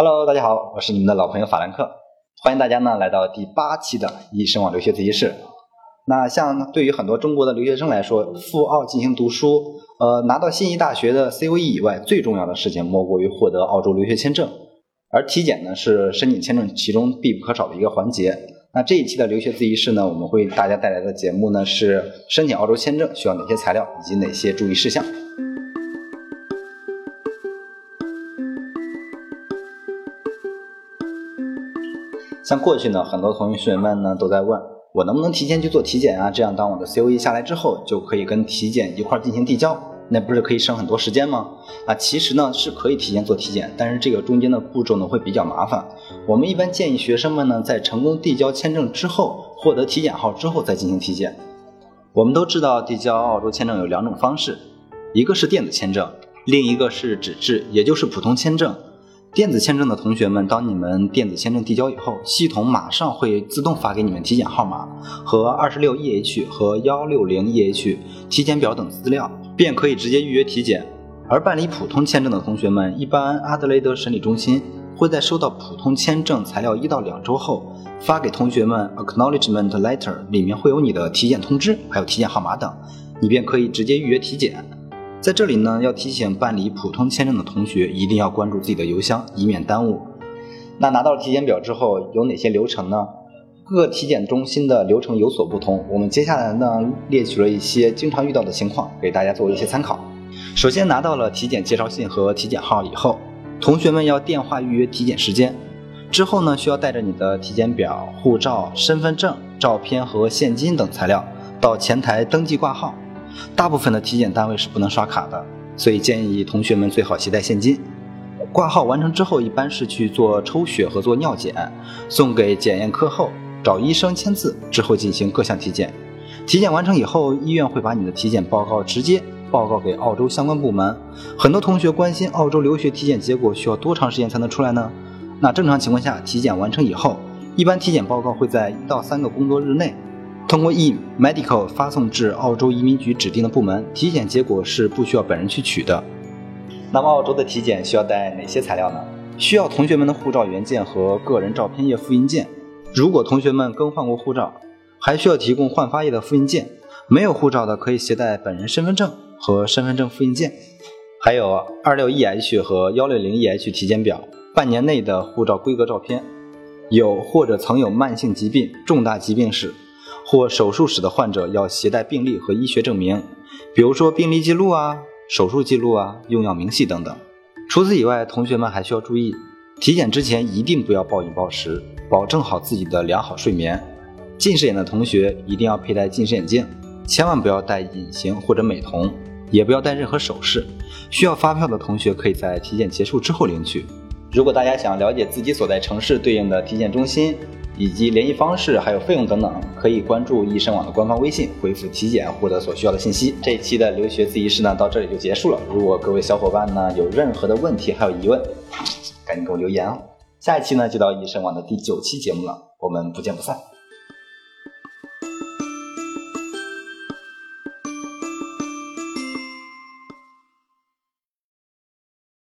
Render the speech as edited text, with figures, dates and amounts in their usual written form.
Hello， 大家好，我是你们的老朋友法兰克，欢迎大家呢来到第8期的易生网留学自习室。那像对于很多中国的留学生来说，赴澳进行读书，拿到悉尼大学的 COE 以外，最重要的事情莫过于获得澳洲留学签证，而体检呢是申请签证其中必不可少的一个环节。那这一期的留学自习室呢，我们会给大家带来的节目呢是申请澳洲签证需要哪些材料以及哪些注意事项。像过去呢，很多同学们呢都在问我能不能提前去做体检啊，这样当我的 COE 下来之后就可以跟体检一块进行递交，那不是可以省很多时间吗？其实呢是可以提前做体检，但是这个中间的步骤呢会比较麻烦。我们一般建议学生们呢在成功递交签证之后，获得体检号之后再进行体检。我们都知道递交澳洲签证有2种方式，一个是电子签证，另一个是纸质，也就是普通签证。电子签证的同学们，当你们电子签证递交以后，系统马上会自动发给你们体检号码和 26EH 和 160EH 体检表等资料，便可以直接预约体检。而办理普通签证的同学们，一般阿德雷德审理中心会在收到普通签证材料1到2周后，发给同学们 Acknowledgement Letter， 里面会有你的体检通知还有体检号码等，你便可以直接预约体检。在这里呢，要提醒办理普通签证的同学一定要关注自己的邮箱，以免耽误。那拿到了体检表之后有哪些流程呢？各个体检中心的流程有所不同，我们接下来呢列举了一些经常遇到的情况，给大家做一些参考。首先拿到了体检介绍信和体检号以后，同学们要电话预约体检时间，之后呢需要带着你的体检表、护照、身份证、照片和现金等材料到前台登记挂号。大部分的体检单位是不能刷卡的，所以建议同学们最好携带现金。挂号完成之后，一般是去做抽血和做尿检，送给检验科后，找医生签字之后进行各项体检。体检完成以后，医院会把你的体检报告直接报告给澳洲相关部门。很多同学关心澳洲留学体检结果需要多长时间才能出来呢？那正常情况下，体检完成以后，一般体检报告会在1到3个工作日内通过 e-medical 发送至澳洲移民局指定的部门，体检结果是不需要本人去取的。那么澳洲的体检需要带哪些材料呢？需要同学们的护照原件和个人照片页复印件。如果同学们更换过护照，还需要提供换发页的复印件。没有护照的可以携带本人身份证和身份证复印件。还有 26EH 和 160EH 体检表，半年内的护照规格照片。有或者曾有慢性疾病、重大疾病史或手术史的患者要携带病历和医学证明，比如说病历记录啊、手术记录啊、用药明细等等。除此以外，同学们还需要注意，体检之前一定不要暴饮暴食，保证好自己的良好睡眠。近视眼的同学一定要佩戴近视眼镜，千万不要戴隐形或者美瞳，也不要戴任何首饰。需要发票的同学可以在体检结束之后领取。如果大家想了解自己所在城市对应的体检中心以及联系方式还有费用等等，可以关注易生网的官方微信，回复体检获得所需要的信息。这一期的留学自习室呢到这里就结束了。如果各位小伙伴呢有任何的问题还有疑问，赶紧给我留言哦。下一期呢就到易生网的第9期节目了，我们不见不散。